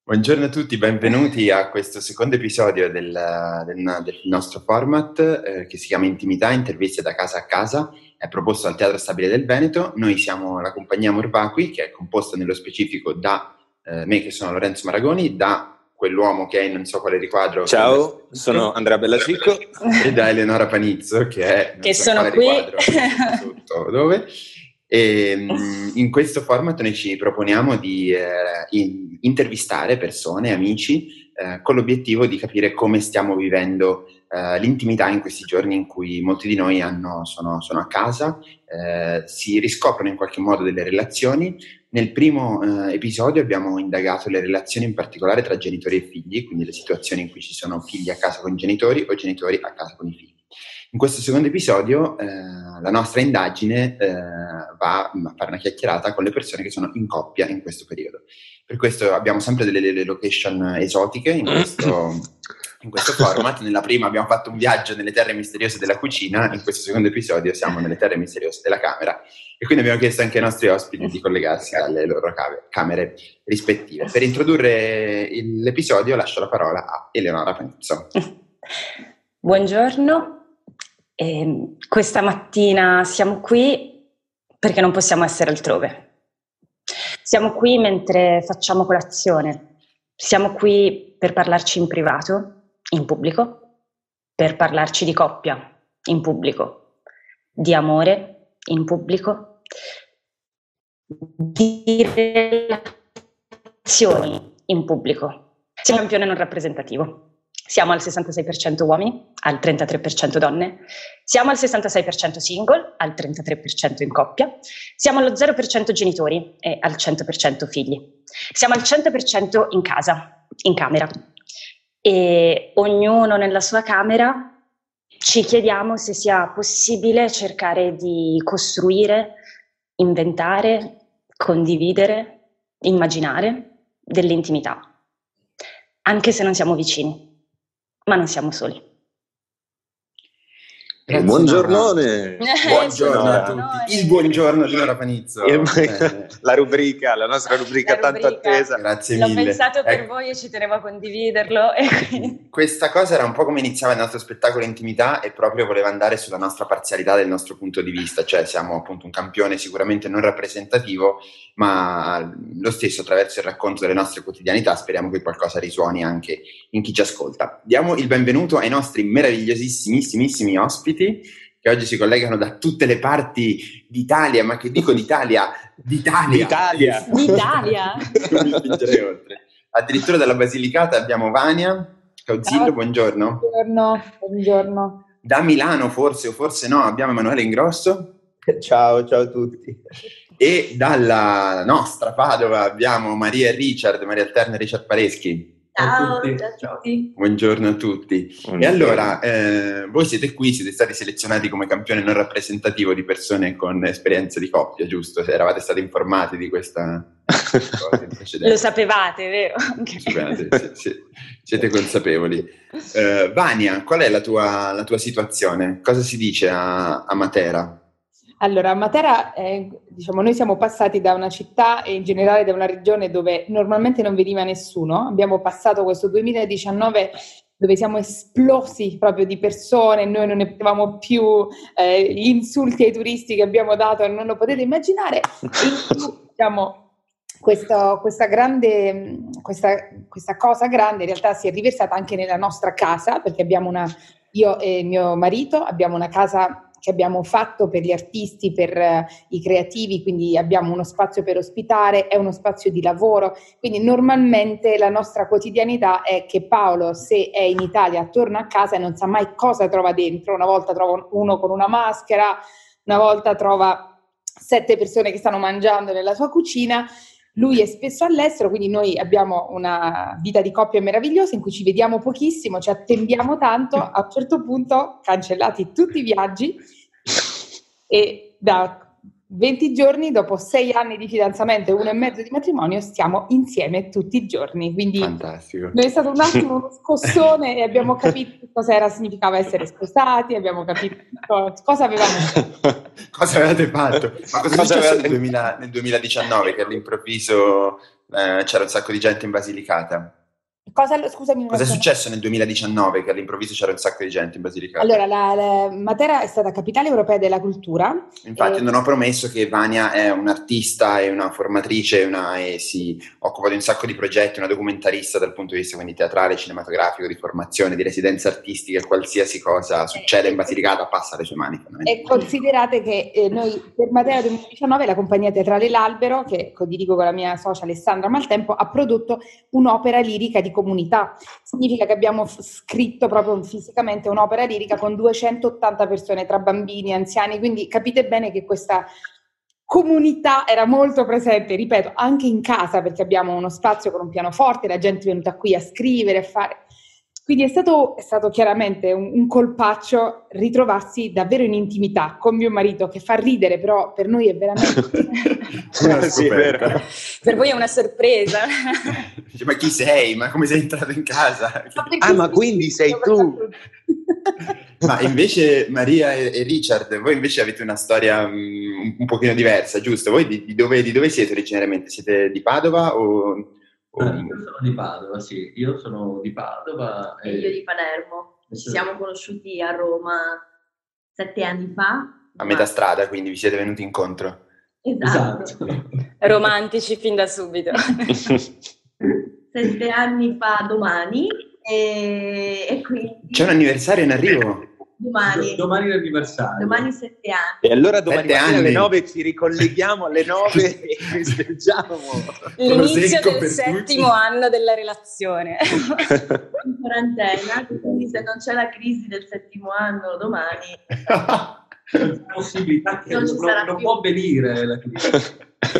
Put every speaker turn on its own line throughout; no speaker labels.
Buongiorno a tutti, benvenuti a questo secondo episodio del nostro format che si chiama Intimità, interviste da casa a casa, è proposto al Teatro Stabile del Veneto. Noi siamo la compagnia Morvacui, che è composta nello specifico da me, che sono Lorenzo Maragoni, da quell'uomo che è in non so quale riquadro.
Ciao, sono Andrea Bellacicco.
E da Eleonora Panizzo, che è non
che
so
sono
quale
qui.
Riquadro, sotto dove. E in questo format noi ci proponiamo di intervistare persone, amici, con l'obiettivo di capire come stiamo vivendo l'intimità in questi giorni in cui molti di noi sono a casa, si riscoprono in qualche modo delle relazioni. Nel primo episodio abbiamo indagato le relazioni in particolare tra genitori e figli, quindi le situazioni in cui ci sono figli a casa con i genitori o genitori a casa con i figli. In questo secondo episodio la nostra indagine va a fare una chiacchierata con le persone che sono in coppia in questo periodo. Per questo abbiamo sempre delle location esotiche in questo format. Nella prima abbiamo fatto un viaggio nelle terre misteriose della cucina, in questo secondo episodio siamo nelle terre misteriose della camera e quindi abbiamo chiesto anche ai nostri ospiti di collegarsi alle loro camere rispettive. Per introdurre l'episodio lascio la parola a Eleonora Panizzo.
Buongiorno. Questa mattina siamo qui perché non possiamo essere altrove. Siamo qui mentre facciamo colazione. Siamo qui per parlarci in privato, in pubblico, per parlarci di coppia, in pubblico, di amore, in pubblico, di relazioni, in pubblico. Siamo un campione non rappresentativo. Siamo al 66% uomini, al 33% donne, siamo al 66% single, al 33% in coppia, siamo allo 0% genitori e al 100% figli. Siamo al 100% in casa, in camera, e ognuno nella sua camera ci chiediamo se sia possibile cercare di costruire, inventare, condividere, immaginare dell'intimità, anche se non siamo vicini. Ma non siamo soli.
Buongiornone.
Buongiorno a tutti. Il buongiorno di Nora Panizzo.
La nostra rubrica tanto attesa.
Grazie mille.
L'ho pensato per voi e ci tenevo a condividerlo.
Questa cosa era un po' come iniziava il nostro spettacolo Intimità e proprio voleva andare sulla nostra parzialità del nostro punto di vista, cioè siamo appunto un campione sicuramente non rappresentativo, ma lo stesso attraverso il racconto delle nostre quotidianità speriamo che qualcosa risuoni anche in chi ci ascolta. Diamo il benvenuto ai nostri meravigliosissimissimi ospiti che oggi si collegano da tutte le parti d'Italia, ma che dico d'Italia.
D'Italia.
Non mi spingerei oltre. Addirittura dalla Basilicata abbiamo Vania Cauzillo, buongiorno.
Buongiorno.
Da Milano forse o forse no abbiamo Emanuele Ingrosso.
Ciao a tutti.
E dalla nostra Padova abbiamo Maria Alterna e Richard Pareschi.
Ciao a tutti.
Buongiorno a tutti. E allora, voi siete qui, siete stati selezionati come campione non rappresentativo di persone con esperienza di coppia, giusto? Se eravate stati informati di questa cosa in precedenza.
Lo sapevate, vero?
Sì, siete consapevoli. Vania, qual è la tua situazione? Cosa si dice a Matera?
Allora, a Matera, noi siamo passati da una città e in generale da una regione dove normalmente non veniva nessuno. Abbiamo passato questo 2019 dove siamo esplosi proprio di persone, noi non ne potevamo più, gli insulti ai turisti che abbiamo dato non lo potete immaginare. Questa cosa grande in realtà si è riversata anche nella nostra casa, perché io e mio marito abbiamo una casa che abbiamo fatto per gli artisti, per i creativi, quindi abbiamo uno spazio per ospitare, è uno spazio di lavoro, quindi normalmente la nostra quotidianità è che Paolo, se è in Italia, torna a casa e non sa mai cosa trova dentro. Una volta trova uno con una maschera, una volta trova 7 persone che stanno mangiando nella sua cucina. Lui è spesso all'estero, quindi noi abbiamo una vita di coppia meravigliosa in cui ci vediamo pochissimo, ci attendiamo tanto, a un certo punto cancellati tutti i viaggi e da 20 giorni, dopo 6 anni di fidanzamento e 1 e mezzo di matrimonio, stiamo insieme tutti i giorni. Quindi
fantastico.
è stato un attimo uno scossone e abbiamo capito cosa significava essere sposati, abbiamo capito cosa avevamo fatto.
Cosa avevate fatto? Ma cosa è successo nel 2019 che all'improvviso c'era un sacco di gente in Basilicata?
Scusami,
cosa è successo nel 2019 che all'improvviso c'era un sacco di gente in Basilicata?
Allora, la Matera è stata capitale europea della cultura.
Infatti non ho promesso che Vania è un'artista e una formatrice e si occupa di un sacco di progetti, una documentarista dal punto di vista quindi teatrale, cinematografico, di formazione, di residenze artistiche, qualsiasi cosa succede in Basilicata passa alle sue mani.
E considerate che noi per Matera 2019 la compagnia teatrale L'Albero, che dirigo con la mia socia Alessandra Maltempo, ha prodotto un'opera lirica di comunità. Significa che abbiamo scritto proprio fisicamente un'opera lirica con 280 persone, tra bambini, anziani, quindi capite bene che questa comunità era molto presente, ripeto, anche in casa, perché abbiamo uno spazio con un pianoforte, la gente è venuta qui a scrivere, a fare... Quindi è stato chiaramente un colpaccio ritrovarsi davvero in intimità con mio marito, che fa ridere, però per noi è veramente
una scoperta.
Per voi è una sorpresa.
Dice, ma chi sei? Ma come sei entrato in casa?
Ma quindi sei tu?
Ma invece Maria e Richard, voi invece avete una storia un pochino diversa, giusto? Voi di dove siete originariamente? Siete di Padova o...
Io sono di Padova, sì, io sono di Padova.
E io di Palermo. Ci siamo conosciuti a Roma 7 anni fa.
A metà strada, quindi vi siete venuti incontro.
Esatto.
Romantici fin da subito.
7 anni fa domani e quindi...
C'è un anniversario in arrivo?
Domani è l'anniversario.
Domani 7 anni.
E allora domani
7
mattina
anni.
alle 9 ci ricolleghiamo alle 9 e festeggiamo.
L'inizio
Prosecco
del
per
7°
tutti.
anno della relazione.
In quarantena, quindi se non c'è la crisi del 7° anno domani...
C'è la possibilità che
Non ci sarà
non
più.
può venire la crisi.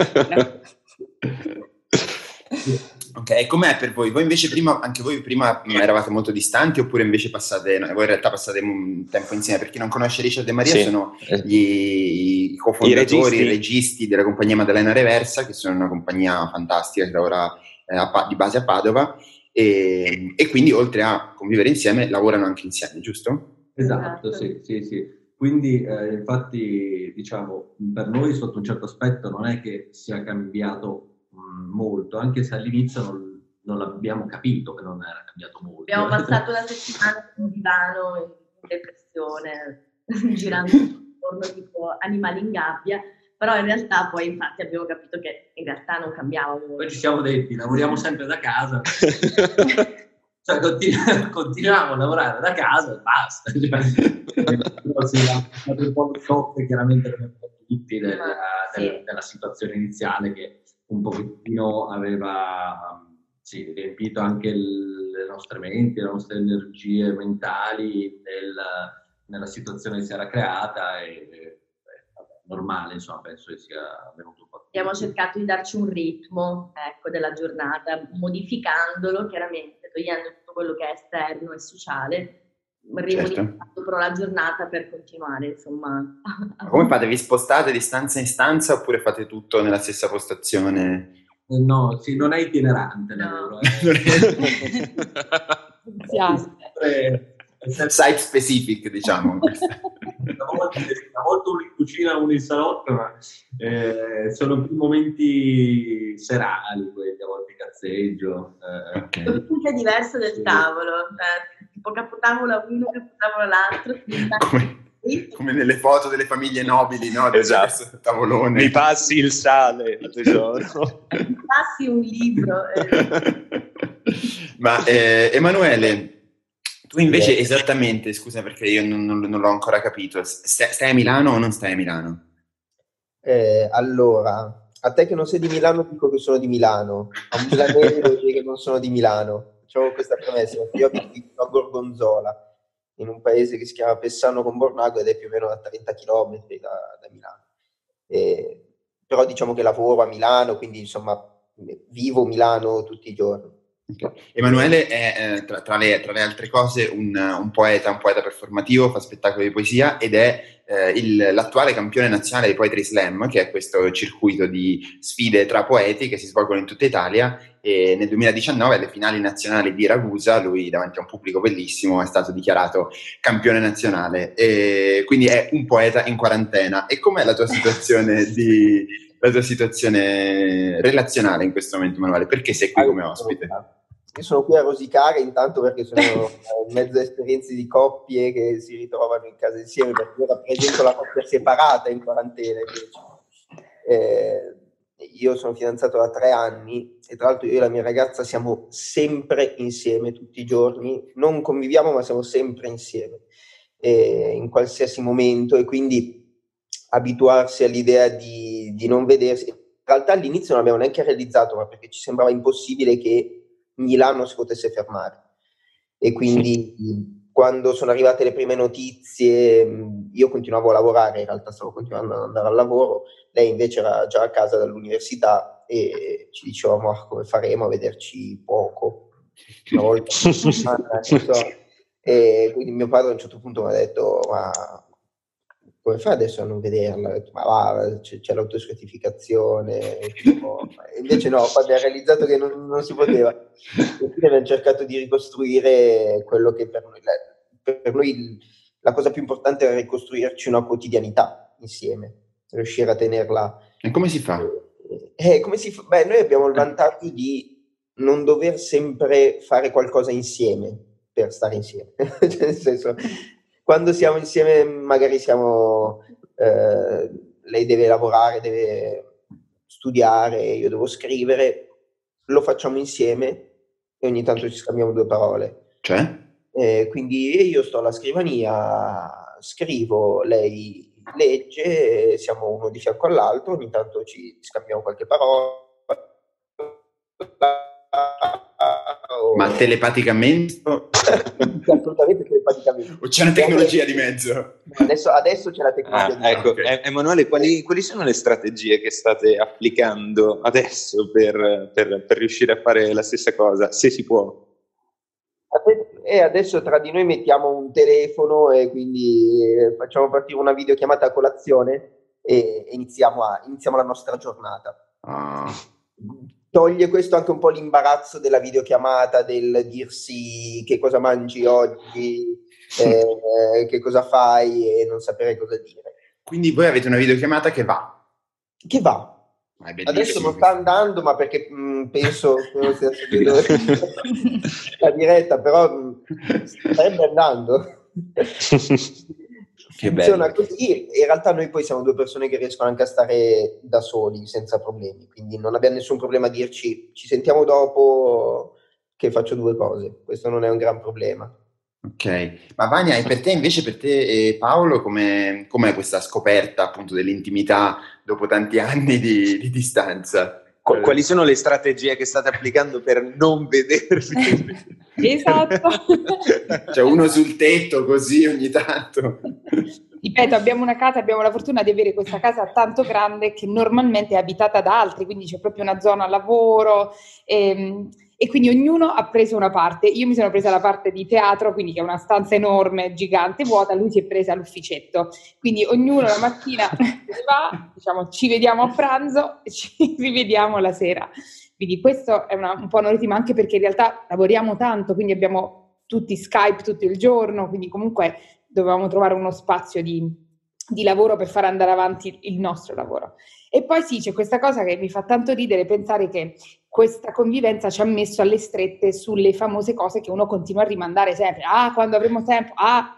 Ok, e com'è per voi? Voi invece anche voi prima eravate molto distanti oppure invece voi in realtà passate un tempo insieme? Per chi non conosce Richard e Maria,
Sì.
sono i cofondatori, i
I
registi della compagnia Maddalena Reversa, che sono una compagnia fantastica che lavora di base a Padova e quindi oltre a convivere insieme lavorano anche insieme, giusto?
Esatto, sì. Quindi infatti diciamo per noi sotto un certo aspetto non è che sia cambiato molto, anche se all'inizio non l'abbiamo capito che non era cambiato molto.
Abbiamo passato la settimana sul divano in depressione, girando intorno tipo animali in gabbia, però in realtà poi infatti abbiamo capito che in realtà non cambiava molto.
Poi ci siamo detti, lavoriamo sempre da casa, cioè continuiamo a lavorare da casa e basta. Però sì, ha fatto un po' di shock chiaramente come un po' tutti della situazione iniziale che un pochettino aveva riempito anche le nostre menti, le nostre energie mentali nella situazione che si era creata e normale, insomma, penso che sia venuto un po'.
Abbiamo cercato di darci un ritmo, della giornata, modificandolo chiaramente, togliendo tutto quello che è esterno e sociale, rimodificando però la giornata per continuare, insomma.
Ma come fate? Vi spostate di stanza in stanza oppure fate tutto nella stessa postazione?
No, sì, non è itinerante.
No.
Site specific, diciamo.
Una volta uno in cucina, uno in salotto, ma sono più momenti serali quelli, a volte cazzeggio.
Okay.
Tutto è diverso del tavolo, tipo capotavola uno, capotavola l'altro.
Come nelle foto delle famiglie nobili, no?
Esatto.
Tavolone.
Mi passi il sale, tesoro.
Mi passi un libro.
Ma Emanuele, tu invece esattamente, scusa perché io non l'ho ancora capito, stai a Milano o non stai a Milano?
Allora, a te che non sei di Milano dico che sono di Milano, a un milanese devo dire che non sono di Milano. Facciamo questa premessa, io abito a Gorgonzola, in un paese che si chiama Pessano con Bornago ed è più o meno a 30 km da Milano. Però diciamo che lavoro a Milano, quindi insomma vivo Milano tutti i giorni.
Okay. Emanuele è, tra le altre cose, un poeta performativo, fa spettacoli di poesia ed è l'attuale campione nazionale di Poetry Slam, che è questo circuito di sfide tra poeti che si svolgono in tutta Italia, e nel 2019 alle finali nazionali di Ragusa lui, davanti a un pubblico bellissimo, è stato dichiarato campione nazionale, e quindi è un poeta in quarantena. E com'è la tua situazione relazionale in questo momento, Emanuele? Perché sei qui come ospite?
Io sono qui a rosicare intanto perché sono in mezzo a esperienze di coppie che si ritrovano in casa insieme, perché io rappresento la coppia separata in quarantena invece. Io sono fidanzato da 3 anni e tra l'altro io e la mia ragazza siamo sempre insieme tutti i giorni, non conviviamo ma siamo sempre insieme in qualsiasi momento, e quindi abituarsi all'idea di non vedersi. In realtà all'inizio non abbiamo neanche realizzato, ma perché ci sembrava impossibile che Milano si potesse fermare, e quindi quando sono arrivate le prime notizie io continuavo a lavorare, in realtà stavo continuando ad andare al lavoro, lei invece era già a casa dall'università e ci dicevamo come faremo a vederci poco, una volta a settimana, e quindi mio padre a un certo punto mi ha detto: ma come fai adesso a non vederla? Ho detto, ma va, c'è l'autocertificazione, e invece no, poi abbiamo realizzato che non si poteva, e quindi abbiamo cercato di ricostruire quello che per noi la cosa più importante era ricostruirci una quotidianità insieme, riuscire a tenerla.
E come si fa?
Come si fa? Beh, noi abbiamo il vantaggio di non dover sempre fare qualcosa insieme per stare insieme, cioè, nel senso, quando siamo insieme magari lei deve lavorare, deve studiare, io devo scrivere, lo facciamo insieme e ogni tanto ci scambiamo 2 parole.
Cioè?
Quindi io sto alla scrivania, scrivo, lei legge, siamo uno di fianco all'altro, ogni tanto ci scambiamo qualche parola.
Ma telepaticamente?
Assolutamente telepaticamente.
O c'è una tecnologia di mezzo?
Adesso c'è la tecnologia.
Ecco, okay. Emanuele, quali sono le strategie che state applicando adesso per riuscire a fare la stessa cosa, se si può?
Adesso tra di noi mettiamo un telefono e quindi facciamo partire una videochiamata a colazione e iniziamo la nostra giornata. Toglie questo anche un po' l'imbarazzo della videochiamata, del dirsi che cosa mangi oggi, che cosa fai e non sapere cosa dire.
Quindi voi avete una videochiamata che va?
Che va. Adesso non sta andando, ma perché penso che non stia seguendo la diretta, però starebbe andando.
Che
funziona
bello.
così. In realtà noi poi siamo 2 persone che riescono anche a stare da soli senza problemi, quindi non abbiamo nessun problema a dirci ci sentiamo dopo che faccio 2 cose, questo non è un gran problema.
Ok, ma Vania, e per te Paolo, com'è questa scoperta appunto dell'intimità dopo tanti anni di distanza?
Quali sono le strategie che state applicando per non vedervi?
Esatto.
Cioè uno sul tetto così ogni tanto.
Ripeto, abbiamo una casa, abbiamo la fortuna di avere questa casa tanto grande che normalmente è abitata da altri, quindi c'è proprio una zona lavoro e quindi ognuno ha preso una parte. Io mi sono presa la parte di teatro, quindi che è una stanza enorme, gigante, vuota, lui si è presa l'ufficetto. Quindi ognuno la mattina va, diciamo, ci vediamo a pranzo e ci rivediamo la sera. Quindi questo è un po' un ritmo, anche perché in realtà lavoriamo tanto, quindi abbiamo tutti Skype tutto il giorno, quindi comunque dovevamo trovare uno spazio di lavoro per far andare avanti il nostro lavoro. E poi sì, c'è questa cosa che mi fa tanto ridere, pensare che questa convivenza ci ha messo alle strette sulle famose cose che uno continua a rimandare sempre. Quando avremo tempo,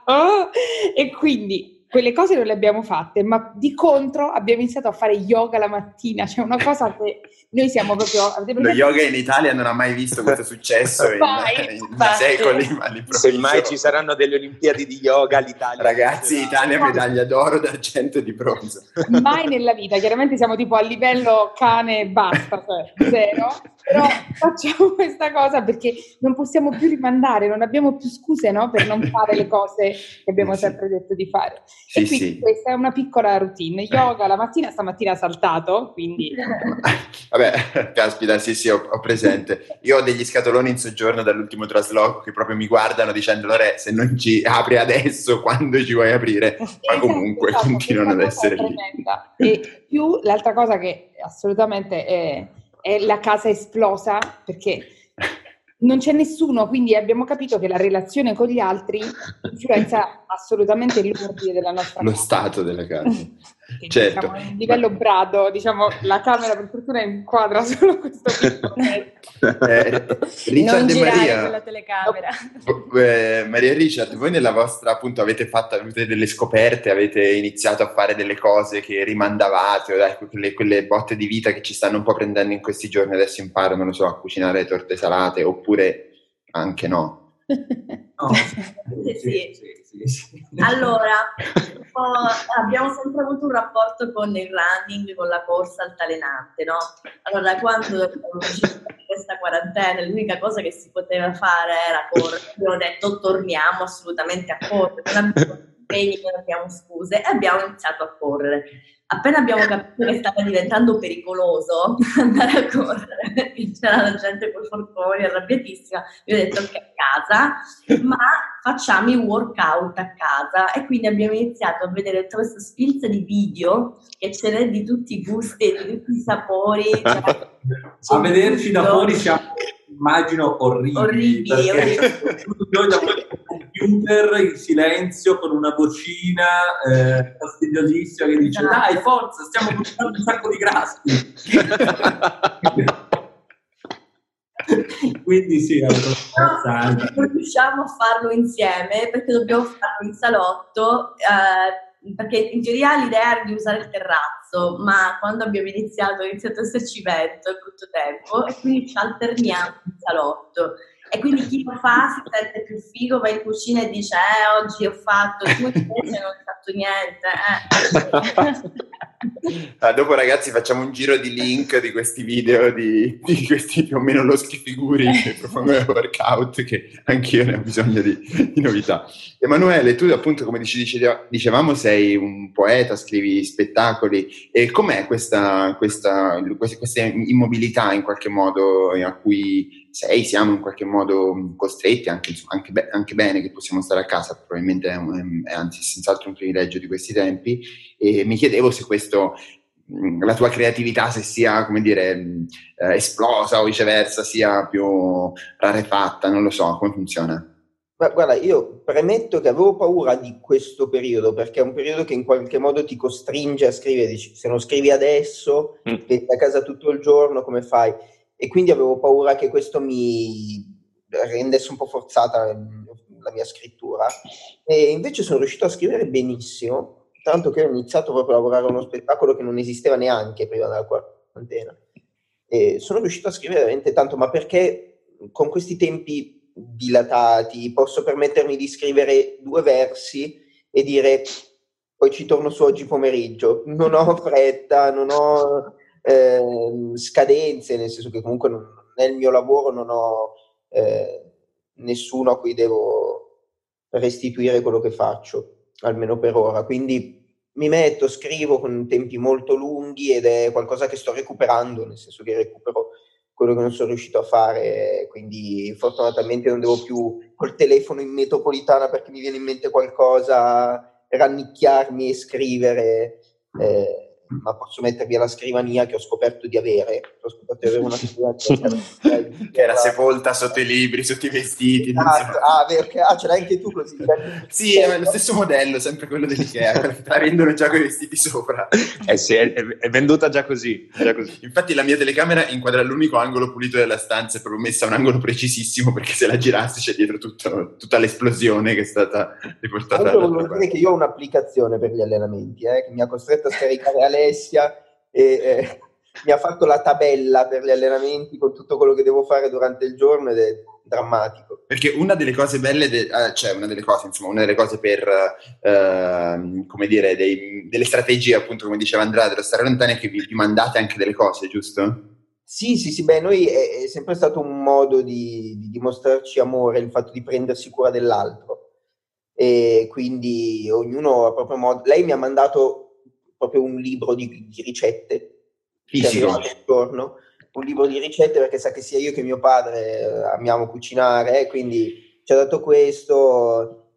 e quindi quelle cose non le abbiamo fatte, ma di contro abbiamo iniziato a fare yoga la mattina, cioè una cosa che noi siamo proprio...
Lo yoga in Italia non ha mai visto questo successo in secoli.
Semmai ci saranno delle Olimpiadi di yoga all'Italia.
Ragazzi, Italia medaglia d'oro, d'argento e di bronzo.
Mai nella vita, chiaramente siamo tipo a livello cane e basta, cioè 0. Però facciamo questa cosa perché non possiamo più rimandare, non abbiamo più scuse, no, per non fare le cose che abbiamo sempre detto di fare.
Sì,
e quindi questa è una piccola routine. Yoga la mattina, stamattina ha saltato, quindi...
Vabbè, caspita, sì, ho presente. Io ho degli scatoloni in soggiorno dall'ultimo trasloco che proprio mi guardano dicendo: Lore, se non ci apri adesso, quando ci vuoi aprire? Ma comunque continuano ad essere lì.
E più l'altra cosa che assolutamente è la casa esplosa, perché non c'è nessuno, quindi abbiamo capito che la relazione con gli altri influenza assolutamente l'ordine della nostra casa.
Lo stato della casa.
Che,
certo.
Diciamo, a livello brado, diciamo, la camera per fortuna inquadra solo questo piccolo
Richard
non
e
girare
Maria,
con la telecamera.
Maria e Richard, voi nella vostra, appunto, avete delle scoperte, avete iniziato a fare delle cose che rimandavate, o dai, quelle botte di vita che ci stanno un po' prendendo in questi giorni, adesso imparo, non lo so, a cucinare torte salate, oppure anche no?
No, sì.
Allora, abbiamo sempre avuto un rapporto con il running, con la corsa altalenante, no? Allora, quando questa quarantena l'unica cosa che si poteva fare era correre, abbiamo detto torniamo assolutamente a correre, non abbiamo impegni, non abbiamo scuse, e abbiamo iniziato a correre. Appena abbiamo capito che stava diventando pericoloso andare a correre, perché c'era la gente con i forconi arrabbiatissima, vi ho detto ok, a casa, ma facciamo i workout a casa, e quindi abbiamo iniziato a vedere tutta questa sfilza di video che ce n'è di tutti i gusti e di tutti i sapori. Cioè,
a vederci da fuori siamo, immagino, orribili. Noi da fuori computer in silenzio con una vocina fastidiosissima che dice dai forza, stiamo buttando un sacco di grassi. Quindi sì,
non riusciamo a farlo insieme perché dobbiamo farlo in salotto, perché in teoria l'idea era di usare il terrazzo, ma quando abbiamo iniziato a esserci vento e brutto tempo, e quindi ci alterniamo in salotto. E quindi chi lo fa si sente più figo, va in cucina e dice oggi ho fatto, tu invece non hai fatto niente.
Dopo ragazzi facciamo un giro di link di questi video di questi più o meno loschi figuri che propongono workout, che anch'io ne ho bisogno di novità. Emanuele, tu appunto, come dicevamo, sei un poeta, scrivi spettacoli, e com'è questa immobilità in qualche modo a cui siamo in qualche modo costretti, anche bene che possiamo stare a casa, probabilmente è anzi senz'altro un privilegio di questi tempi, e mi chiedevo se questo, la tua creatività, se sia, come dire, esplosa o viceversa sia più rarefatta, non lo so, come funziona?
Ma guarda, io premetto che avevo paura di questo periodo, perché è un periodo che in qualche modo ti costringe a scrivere, dici, se non scrivi adesso, stai a casa tutto il giorno, come fai? E quindi avevo paura che questo mi rendesse un po' forzata la mia scrittura, e invece sono riuscito a scrivere benissimo, tanto che ho iniziato proprio a lavorare a uno spettacolo che non esisteva neanche prima della quarantena, e sono riuscito a scrivere veramente tanto, ma perché con questi tempi dilatati posso permettermi di scrivere 2 versi e dire poi ci torno su oggi pomeriggio, non ho fretta, non ho scadenze, nel senso che comunque non è il mio lavoro, non ho nessuno a cui devo restituire quello che faccio, almeno per ora, quindi mi metto, scrivo con tempi molto lunghi, ed è qualcosa che sto recuperando, nel senso che recupero quello che non sono riuscito a fare, quindi fortunatamente non devo più col telefono in metropolitana, perché mi viene in mente qualcosa, rannicchiarmi e scrivere, ma posso mettermi alla scrivania, che ho scoperto di avere. Ho scoperto di avere una scrivania
che era sepolta sotto i libri, sotto i vestiti.
Esatto. Ce l'hai anche tu così?
Sì, è lo stesso modello, sempre quello dell'Ikea, la vendono già con i vestiti sopra.
Sì, è venduta già così,
Infatti la mia telecamera inquadra l'unico angolo pulito della stanza, è proprio messa a un angolo precisissimo, perché se la girassi c'è dietro tutta l'esplosione che è stata riportata.
Io volevo dire che io ho un'applicazione per gli allenamenti, che mi ha costretto a scaricare Alessia, e mi ha fatto la tabella per gli allenamenti con tutto quello che devo fare durante il giorno, ed è drammatico.
Perché una delle cose belle, una delle cose per, come dire, delle strategie, appunto, come diceva Andrea, dello stare lontani, è che vi mandate anche delle cose, giusto?
Sì, beh, noi è sempre stato un modo di dimostrarci amore, il fatto di prendersi cura dell'altro, e quindi ognuno a proprio modo. Lei mi ha mandato proprio un libro di ricette, ci è arrivato un giorno, un libro di ricette, perché sa che sia io che mio padre amiamo cucinare, quindi ci ha dato questo.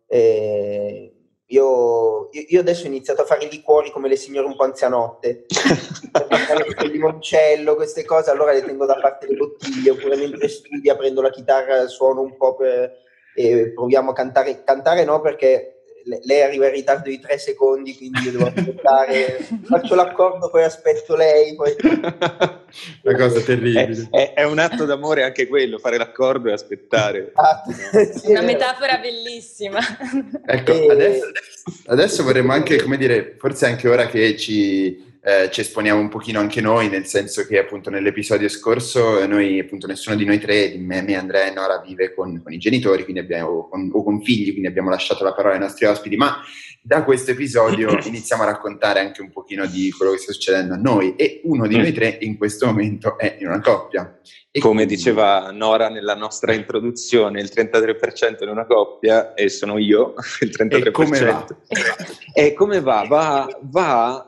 Io adesso ho iniziato a fare i liquori come le signore un po' anzianotte, il limoncello, queste cose, allora le tengo da parte le bottiglie, oppure mentre studia prendo la chitarra, suono un po' e proviamo a cantare no, perché lei arriva in ritardo di 3 secondi, quindi io devo aspettare, faccio l'accordo, poi aspetto lei, poi...
Una cosa terribile.
È un atto d'amore anche quello, fare l'accordo e aspettare.
Sì, una metafora bellissima.
Ecco, adesso vorremmo anche, come dire, forse anche ora che ci esponiamo un pochino anche noi, nel senso che appunto nell'episodio scorso noi, appunto nessuno di noi tre, di me, Andrea e Nora, vive con i genitori, quindi o con figli, quindi abbiamo lasciato la parola ai nostri ospiti, ma da questo episodio iniziamo a raccontare anche un pochino di quello che sta succedendo a noi, e uno di noi tre in questo momento è in una coppia. E
come diceva Nora nella nostra introduzione, il 33% in una coppia, e sono io, il 33%.
E come va?
E come va? Va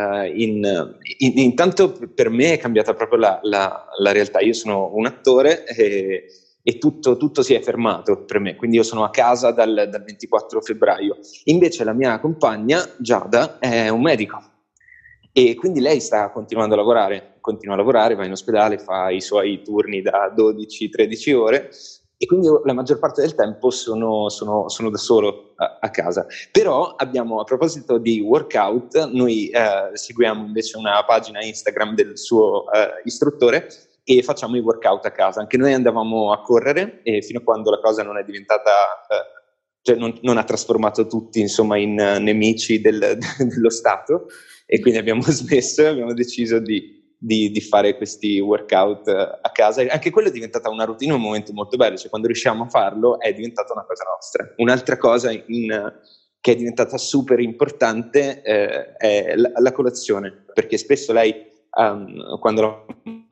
intanto per me è cambiata proprio la realtà. Io sono un attore e tutto si è fermato per me, quindi io sono a casa dal 24 febbraio. Invece la mia compagna, Giada, è un medico. E quindi lei continua a lavorare, va in ospedale, fa i suoi turni da 12-13 ore, e quindi io la maggior parte del tempo sono da solo a casa. Però abbiamo, a proposito di workout, noi seguiamo invece una pagina Instagram del suo istruttore e facciamo i workout a casa. Anche noi andavamo a correre, e fino a quando la cosa non è diventata... cioè non ha trasformato tutti insomma in nemici dello Stato, e quindi abbiamo smesso e abbiamo deciso di fare questi workout a casa. Anche quello è diventata una routine, un momento molto bello, cioè quando riusciamo a farlo è diventata una cosa nostra. Un'altra cosa che è diventata super importante è la colazione, perché spesso lei quando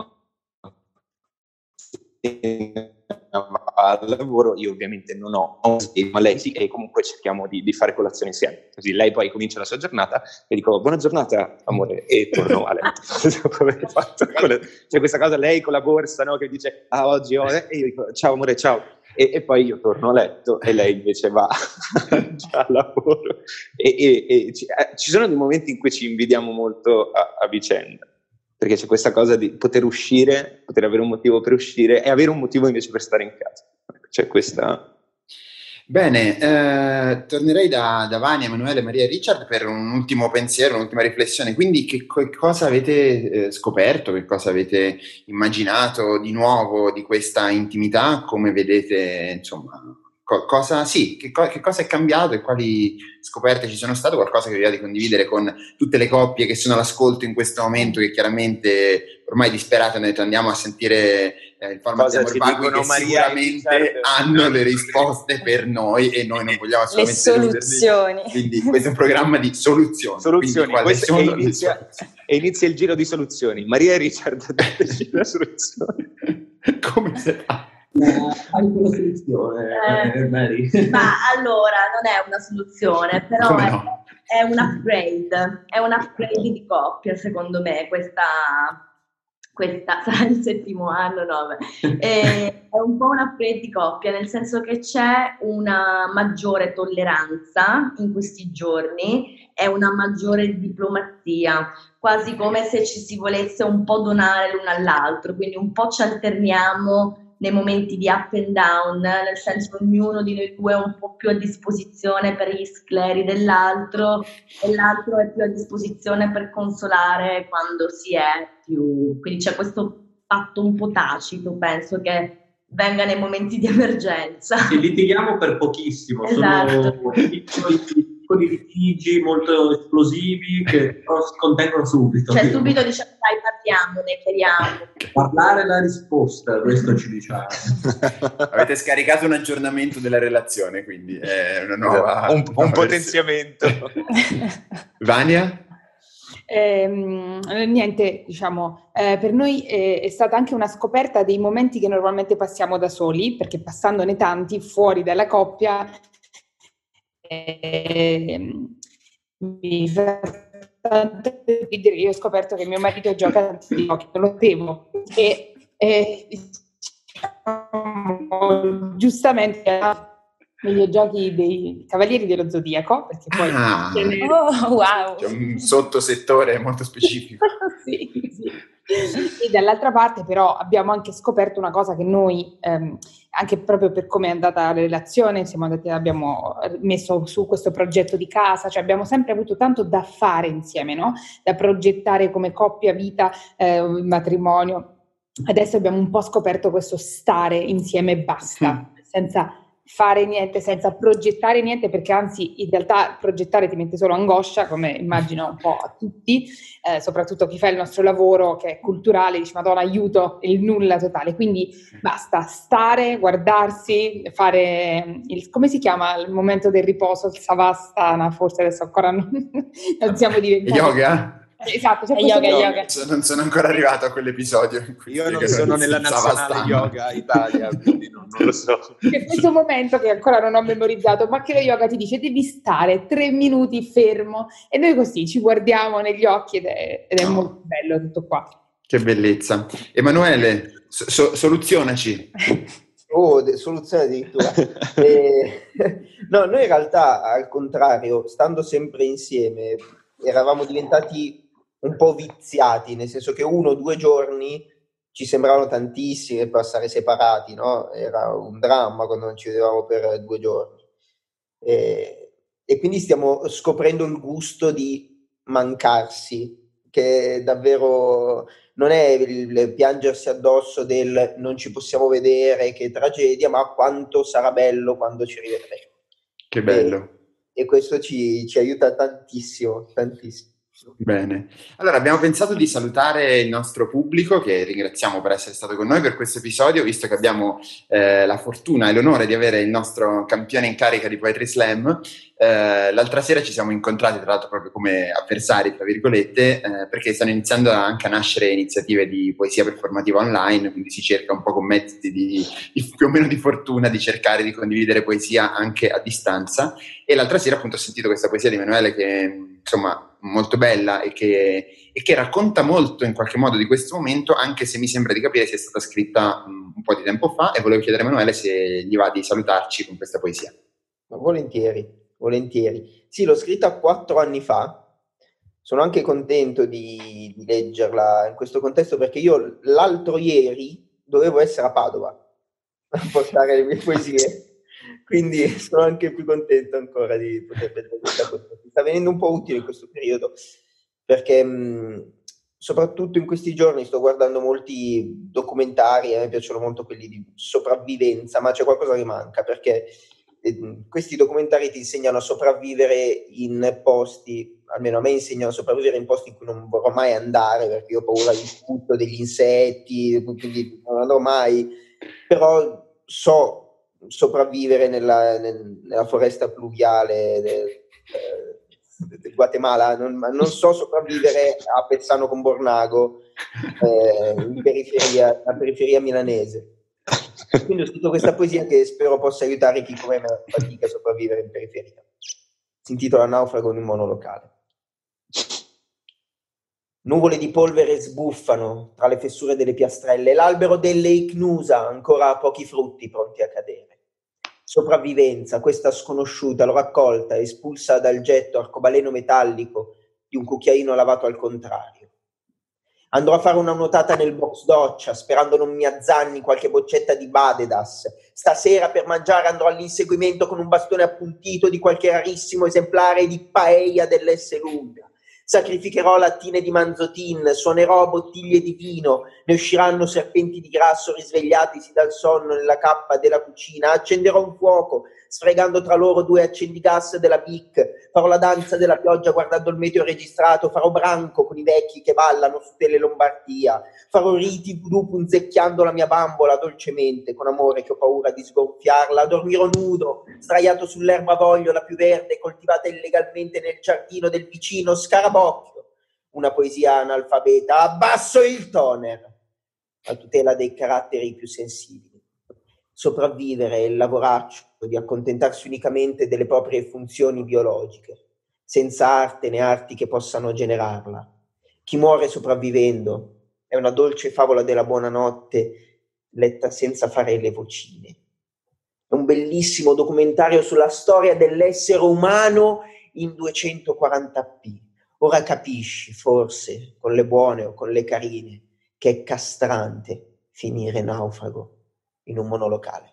al lavoro, io ovviamente non ho, ma lei sì, e comunque cerchiamo di fare colazione insieme, così lei poi comincia la sua giornata e dico buona giornata amore e torno a letto. Dopo aver fatto c'è questa cosa, lei con la borsa, no, che dice oggi e io dico ciao amore, ciao, e poi io torno a letto e lei invece va già al lavoro, e ci sono dei momenti in cui ci invidiamo molto a vicenda, perché c'è questa cosa di poter uscire, poter avere un motivo per uscire e avere un motivo invece per stare in casa. C'è questa...
Bene, tornerei da Vania, Emanuele, Maria e Richard per un ultimo pensiero, un'ultima riflessione. Quindi che cosa avete scoperto, che cosa avete immaginato di nuovo di questa intimità? Come vedete, insomma... che cosa è cambiato e quali scoperte ci sono state? Qualcosa che vi va di condividere con tutte le coppie che sono all'ascolto in questo momento, che chiaramente ormai disperate andiamo a sentire il format di Amor Vago, che
Maria
sicuramente hanno le risposte per noi e noi non vogliamo assolutamente
le soluzioni.
Quindi questo è un programma di soluzioni.
E inizia il giro di soluzioni. Maria e Richard dateci la soluzione.
Come si fa?
Hai una soluzione, Mary?
Ma allora non è una soluzione, però
no?
è un upgrade di coppia, secondo me. Questa sarà il 7° anno, no? È un po' un upgrade di coppia, nel senso che c'è una maggiore tolleranza in questi giorni, è una maggiore diplomazia, quasi come se ci si volesse un po' donare l'uno all'altro, quindi un po' ci alterniamo nei momenti di up and down, nel senso ognuno di noi due è un po' più a disposizione per gli scleri dell'altro e l'altro è più a disposizione per consolare quando si è più... Quindi c'è questo patto un po' tacito, penso che venga nei momenti di emergenza.
Sì, litighiamo per pochissimo,
esatto.
Sono piccoli litigi molto esplosivi che però si contengono subito.
Cioè subito diciamo dai, parliamo, ne chiariamo.
Parlare la risposta, questo ci diciamo.
Avete scaricato un aggiornamento della relazione, quindi è una nuova...
un potenziamento.
Vania?
Niente, diciamo, per noi è stata anche una scoperta dei momenti che normalmente passiamo da soli, perché passandone tanti fuori dalla coppia mi fa tanto ridere. Io ho scoperto che mio marito gioca a tanti giochi, non lo sapevo, e diciamo, giustamente videogiochi dei Cavalieri dello Zodiaco, perché poi
oh, wow,
c'è un sottosettore molto specifico.
sì, sì. E dall'altra parte però abbiamo anche scoperto una cosa che noi, anche proprio per come è andata la relazione, abbiamo messo su questo progetto di casa, cioè abbiamo sempre avuto tanto da fare insieme, no? Da progettare come coppia, vita, matrimonio. Adesso abbiamo un po' scoperto questo stare insieme e basta, senza fare niente, senza progettare niente, perché anzi in realtà progettare ti mette solo angoscia, come immagino un po' a tutti, soprattutto chi fa il nostro lavoro che è culturale, dice Madonna aiuto, il nulla totale, quindi basta stare, guardarsi, fare come si chiama il momento del riposo, il savasana, forse adesso ancora non siamo diventati...
Yoga?
Esatto,
c'è yoga.
Non sono ancora arrivato a quell'episodio.
Io non sono nella nazionale yoga Italia, quindi non lo so.
C'è questo momento che ancora non ho memorizzato, ma che lo yoga ti dice devi stare 3 minuti fermo e noi così ci guardiamo negli occhi ed è molto bello tutto qua.
Che bellezza. Emanuele, soluzionaci.
Soluzione addirittura. No, noi in realtà al contrario, stando sempre insieme, eravamo diventati un po' viziati, nel senso che 1 o 2 giorni ci sembravano tantissimi passare separati, no? Era un dramma quando non ci vedevamo per 2 giorni. E quindi stiamo scoprendo il gusto di mancarsi, che davvero non è il piangersi addosso del non ci possiamo vedere, che tragedia, ma quanto sarà bello quando ci rivedremo.
Che bello.
E questo ci aiuta tantissimo, tantissimo.
Bene, allora abbiamo pensato di salutare il nostro pubblico, che ringraziamo per essere stato con noi per questo episodio, visto che abbiamo la fortuna e l'onore di avere il nostro campione in carica di Poetry Slam. L'altra sera ci siamo incontrati, tra l'altro proprio come avversari, tra virgolette, perché stanno iniziando anche a nascere iniziative di poesia performativa online, quindi si cerca un po' con mezzi di più o meno di fortuna di cercare di condividere poesia anche a distanza. E l'altra sera appunto ho sentito questa poesia di Emanuele che insomma molto bella e che racconta molto in qualche modo di questo momento, anche se mi sembra di capire sia stata scritta un po' di tempo fa, e volevo chiedere a Emanuele se gli va di salutarci con questa poesia.
Volentieri. Sì, l'ho scritta 4 anni fa, sono anche contento di leggerla in questo contesto, perché io l'altro ieri dovevo essere a Padova a portare le mie poesie. Quindi sono anche più contento ancora di poter vedere questa cosa. Mi sta venendo un po' utile in questo periodo, perché soprattutto in questi giorni sto guardando molti documentari, a me piacciono molto quelli di sopravvivenza, ma c'è qualcosa che manca, perché questi documentari ti insegnano a sopravvivere in posti, almeno a me insegnano a sopravvivere in posti in cui non vorrò mai andare, perché io ho paura di tutto, degli insetti, quindi non andrò mai, però so sopravvivere nella foresta pluviale del Guatemala, non so sopravvivere a Pezzano con Bornago, in periferia milanese. Quindi ho scritto questa poesia che spero possa aiutare chi come me fatica a sopravvivere in periferia. Si intitola Naufrago in un monolocale. Nuvole di polvere sbuffano tra le fessure delle piastrelle, l'albero delle icnusa ancora ha pochi frutti pronti a cadere. Sopravvivenza, questa sconosciuta, l'ho raccolta, espulsa dal getto arcobaleno metallico di un cucchiaino lavato al contrario. Andrò a fare una nuotata nel box doccia, sperando non mi azzanni qualche boccetta di Badedas. Stasera per mangiare andrò all'inseguimento con un bastone appuntito di qualche rarissimo esemplare di paella dell'S lunga. Sacrificherò lattine di manzotin, suonerò bottiglie di vino, ne usciranno serpenti di grasso risvegliatisi dal sonno nella cappa della cucina, accenderò un fuoco, sfregando tra loro 2 accendigas della Bic, farò la danza della pioggia guardando il meteo registrato, farò branco con i vecchi che ballano su Tele Lombardia, farò riti voodoo punzecchiando la mia bambola dolcemente, con amore che ho paura di sgonfiarla, dormirò nudo, sdraiato sull'erba vogliola più verde coltivata illegalmente nel giardino del vicino Scarabocchio. una poesia analfabeta, abbasso il toner, a tutela dei caratteri più sensibili. Sopravvivere è il lavoraccio di accontentarsi unicamente delle proprie funzioni biologiche, senza arte né arti che possano generarla. Chi muore sopravvivendo è una dolce favola della buonanotte letta senza fare le vocine. È un bellissimo documentario sulla storia dell'essere umano in 240p. Ora capisci, forse, con le buone o con le carine, che è castrante finire naufrago in un monolocale.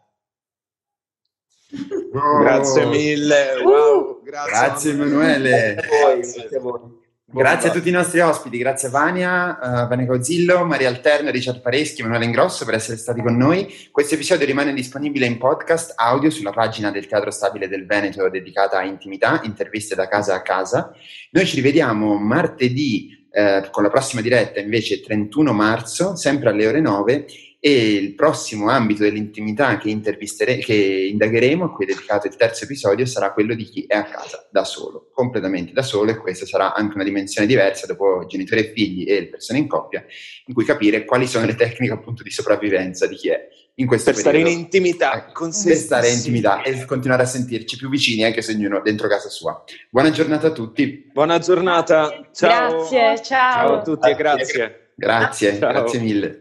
Oh.
Grazie mille, wow,
grazie Emanuele.
Grazie a voi.
Grazie a tutti i nostri ospiti, grazie a Vania Cozzillo, Maria Alterna, Richard Pareschi, Emanuele Ingrosso per essere stati con noi. Questo episodio rimane disponibile in podcast audio sulla pagina del Teatro Stabile del Veneto dedicata a intimità, interviste da casa a casa. Noi ci rivediamo martedì con la prossima diretta invece 31 marzo, sempre alle ore 9, e il prossimo ambito dell'intimità che indagheremo, a cui è dedicato il terzo episodio, sarà quello di chi è a casa da solo, completamente da solo, e questa sarà anche una dimensione diversa dopo genitori e figli e le persone in coppia, in cui capire quali sono le tecniche appunto di sopravvivenza di chi è in questo
per
periodo.
Stare in intimità con se
per stare in intimità e continuare a sentirci più vicini anche se ognuno dentro casa sua. Buona giornata a tutti.
Buona giornata, ciao.
Grazie, ciao
A tutti e grazie.
Grazie,
Ciao.
Grazie mille.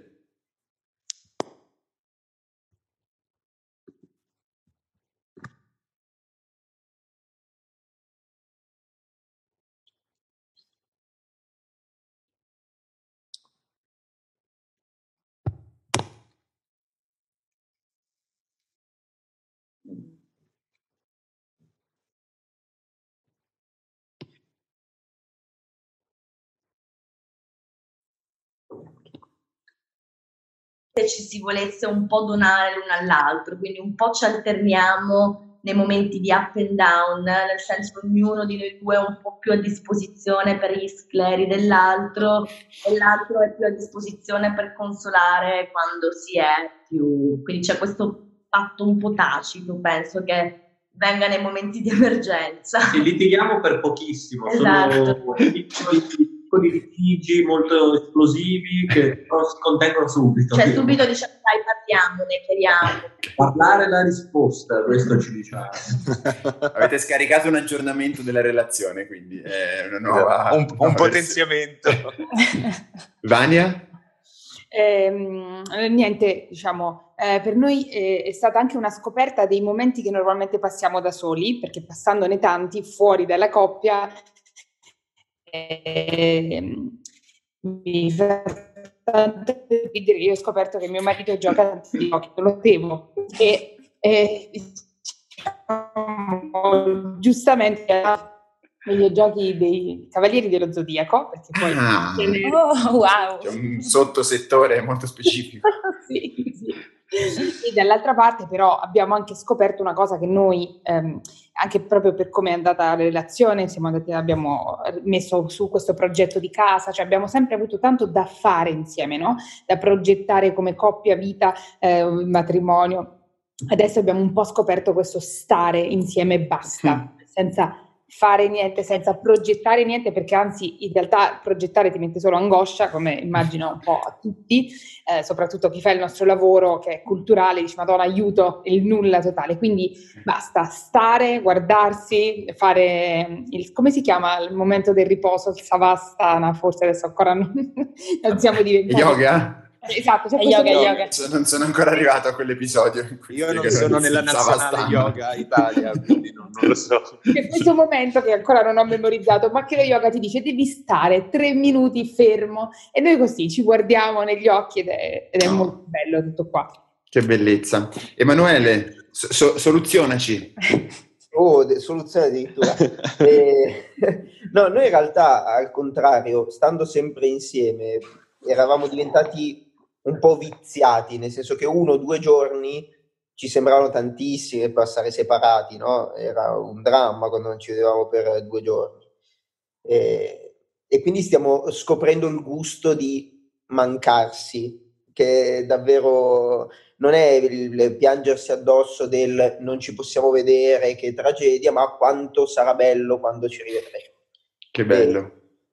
Se ci si volesse un po' donare l'uno all'altro, quindi un po' ci alterniamo nei momenti di up and down, nel senso che ognuno di noi due è un po' più a disposizione per gli scleri dell'altro e l'altro è più a disposizione per consolare quando si è più... Quindi c'è questo patto un po' tacito, penso che venga nei momenti di emergenza.
Sì, litighiamo per pochissimo,
Esatto.
Sono piccoli litigi molto esplosivi che però si contengono subito.
Cioè subito diciamo dai, parliamo, ne chiariamo.
Parlare è la risposta, questo ci diciamo.
Avete scaricato un aggiornamento della relazione, quindi è una nuova...
un potenziamento.
Vania?
Niente, diciamo, per noi è stata anche una scoperta dei momenti che normalmente passiamo da soli, perché passandone tanti fuori dalla coppia mi fa tanto ridere. Io ho scoperto che mio marito gioca tanti giochi, lo temo, e giustamente videogiochi dei Cavalieri dello Zodiaco, perché poi
wow,
c'è un sottosettore molto specifico.
sì. E dall'altra parte però abbiamo anche scoperto una cosa che noi anche proprio per come è andata la relazione abbiamo messo su questo progetto di casa, cioè abbiamo sempre avuto tanto da fare insieme, no? Da progettare come coppia, vita, matrimonio. Adesso abbiamo un po' scoperto questo stare insieme e basta, senza fare niente, senza progettare niente, perché anzi in realtà progettare ti mette solo angoscia, come immagino un po' a tutti, soprattutto chi fa il nostro lavoro che è culturale, dice Madonna aiuto, il nulla totale, quindi basta stare, guardarsi, fare come si chiama il momento del riposo, il savasana, forse adesso ancora non siamo diventati...
Yoga?
Esatto, c'è
yoga.
Non sono ancora arrivato a quell'episodio.
Io non sono nella nazionale yoga Italia, quindi non lo so.
C'è questo momento che ancora non ho memorizzato, ma che lo yoga ti dice devi stare 3 minuti fermo e noi così ci guardiamo negli occhi ed è molto bello tutto qua.
Che bellezza. Emanuele, soluzionaci.
Soluzione addirittura. No, noi in realtà al contrario, stando sempre insieme, eravamo diventati un po' viziati, nel senso che 1 o 2 giorni ci sembravano tantissimi passare separati, no? Era un dramma quando non ci vedevamo per 2 giorni. E quindi stiamo scoprendo il gusto di mancarsi, che davvero non è il piangersi addosso del non ci possiamo vedere, che tragedia, ma quanto sarà bello quando ci rivedremo.
Che bello.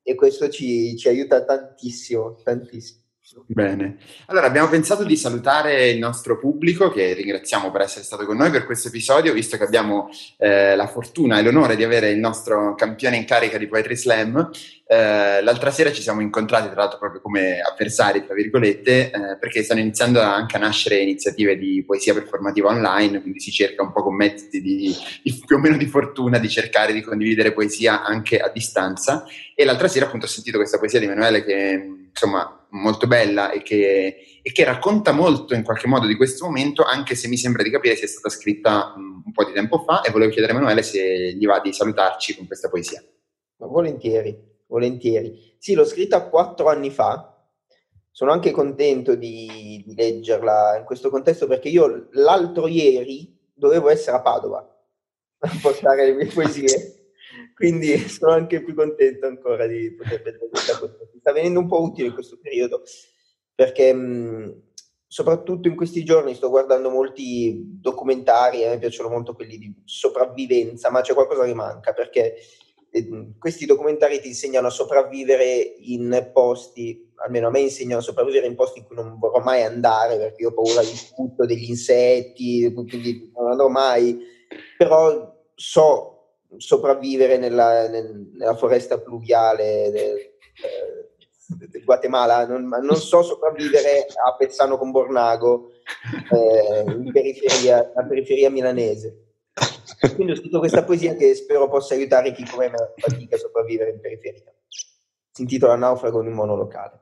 e questo ci aiuta tantissimo.
Bene, allora abbiamo pensato di salutare il nostro pubblico, che ringraziamo per essere stato con noi per questo episodio, visto che abbiamo la fortuna e l'onore di avere il nostro campione in carica di Poetry Slam. L'altra sera ci siamo incontrati, tra l'altro, proprio come avversari, tra virgolette, perché stanno iniziando anche a nascere iniziative di poesia performativa online, quindi si cerca un po' con mezzi di più o meno di fortuna di cercare di condividere poesia anche a distanza. E l'altra sera appunto ho sentito questa poesia di Emanuele che insomma molto bella e che racconta molto in qualche modo di questo momento, anche se mi sembra di capire sia stata scritta un po' di tempo fa, e volevo chiedere a Emanuele se gli va di salutarci con questa poesia.
Volentieri. Sì, l'ho scritta 4 anni fa, sono anche contento di leggerla in questo contesto, perché io l'altro ieri dovevo essere a Padova a portare le mie poesie, quindi sono anche più contento ancora di poter vedere questa cosa. Mi sta venendo un po' utile in questo periodo, perché soprattutto in questi giorni sto guardando molti documentari, a me piacciono molto quelli di sopravvivenza, ma c'è qualcosa che manca, perché questi documentari ti insegnano a sopravvivere in posti, almeno a me insegnano a sopravvivere in posti in cui non vorrò mai andare, perché io ho paura di tutto, degli insetti, quindi non andrò mai, però so sopravvivere nella foresta pluviale del Guatemala, non so sopravvivere a Pezzano con Bornago, in periferia milanese. Quindi ho scritto questa poesia che spero possa aiutare chi come me fatica a sopravvivere in periferia. Si intitola Naufrago in un monolocale.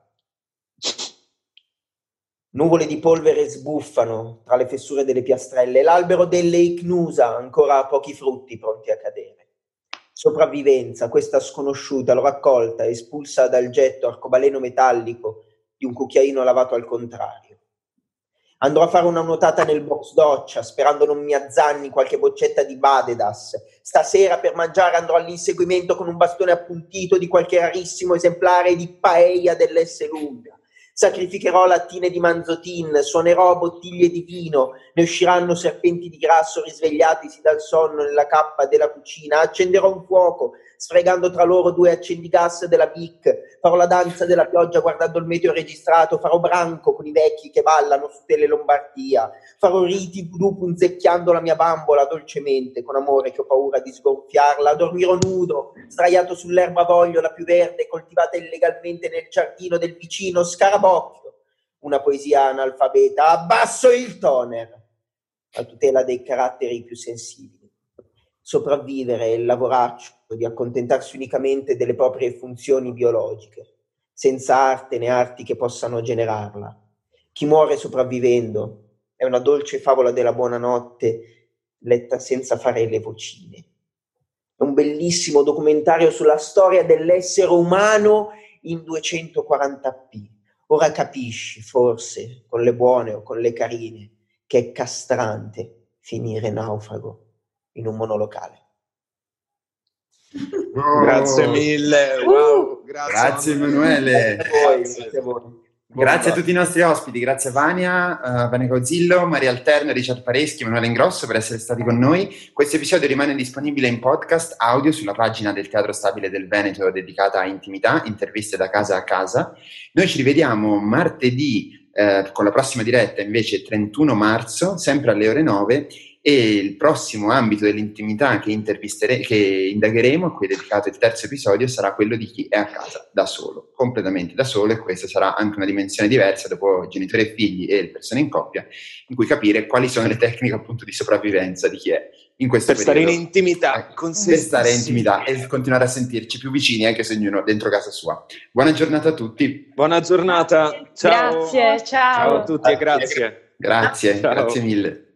Nuvole di polvere sbuffano tra le fessure delle piastrelle, l'albero delle icnusa ancora ha pochi frutti pronti a cadere. Sopravvivenza, questa sconosciuta, l'ho raccolta, espulsa dal getto arcobaleno metallico di un cucchiaino lavato al contrario. Andrò a fare una nuotata nel box doccia, sperando non mi azzanni qualche boccetta di Badedas. Stasera per mangiare andrò all'inseguimento con un bastone appuntito di qualche rarissimo esemplare di paella dell'Esselunga. Sacrificherò lattine di manzotin, suonerò bottiglie di vino, ne usciranno serpenti di grasso risvegliatisi dal sonno nella cappa della cucina. Accenderò un fuoco, sfregando tra loro 2 accendigas della Bic. Farò la danza della pioggia guardando il meteo registrato. Farò branco con i vecchi che ballano su Tele Lombardia. Farò riti voodoo punzecchiando la mia bambola dolcemente, con amore che ho paura di sgonfiarla. Dormirò nudo, sdraiato sull'erba vogliola più verde coltivata illegalmente nel giardino del vicino Scarabocchio. Una poesia analfabeta. Abbasso il toner, a tutela dei caratteri più sensibili. Sopravvivere è il lavoraccio di accontentarsi unicamente delle proprie funzioni biologiche, senza arte né arti che possano generarla. Chi muore sopravvivendo è una dolce favola della buonanotte letta senza fare le vocine. È un bellissimo documentario sulla storia dell'essere umano in 240p. Ora capisci, forse, con le buone o con le carine, che è castrante finire naufrago in un monolocale.
Oh. Grazie mille, wow,
grazie Emanuele.
Grazie a voi.
Grazie a tutti i nostri ospiti, grazie a Vania Cauzillo, Maria Alterno, Richard Pareschi, Emanuele Ingrosso per essere stati con noi. Questo episodio rimane disponibile in podcast audio sulla pagina del Teatro Stabile del Veneto dedicata a intimità, interviste da casa a casa. Noi ci rivediamo martedì con la prossima diretta invece 31 marzo, sempre alle ore 9, e il prossimo ambito dell'intimità che indagheremo, a cui è dedicato il terzo episodio, sarà quello di chi è a casa da solo, completamente da solo, e questa sarà anche una dimensione diversa dopo genitori e figli e le persone in coppia, in cui capire quali sono le tecniche appunto di sopravvivenza di chi è in questo
per
periodo.
Stare in intimità con se
per stare in intimità e continuare a sentirci più vicini anche se ognuno dentro casa sua. Buona giornata a tutti.
Buona giornata, ciao.
Grazie, ciao.
Ciao a tutti e grazie.
Grazie,
ciao.
Grazie mille.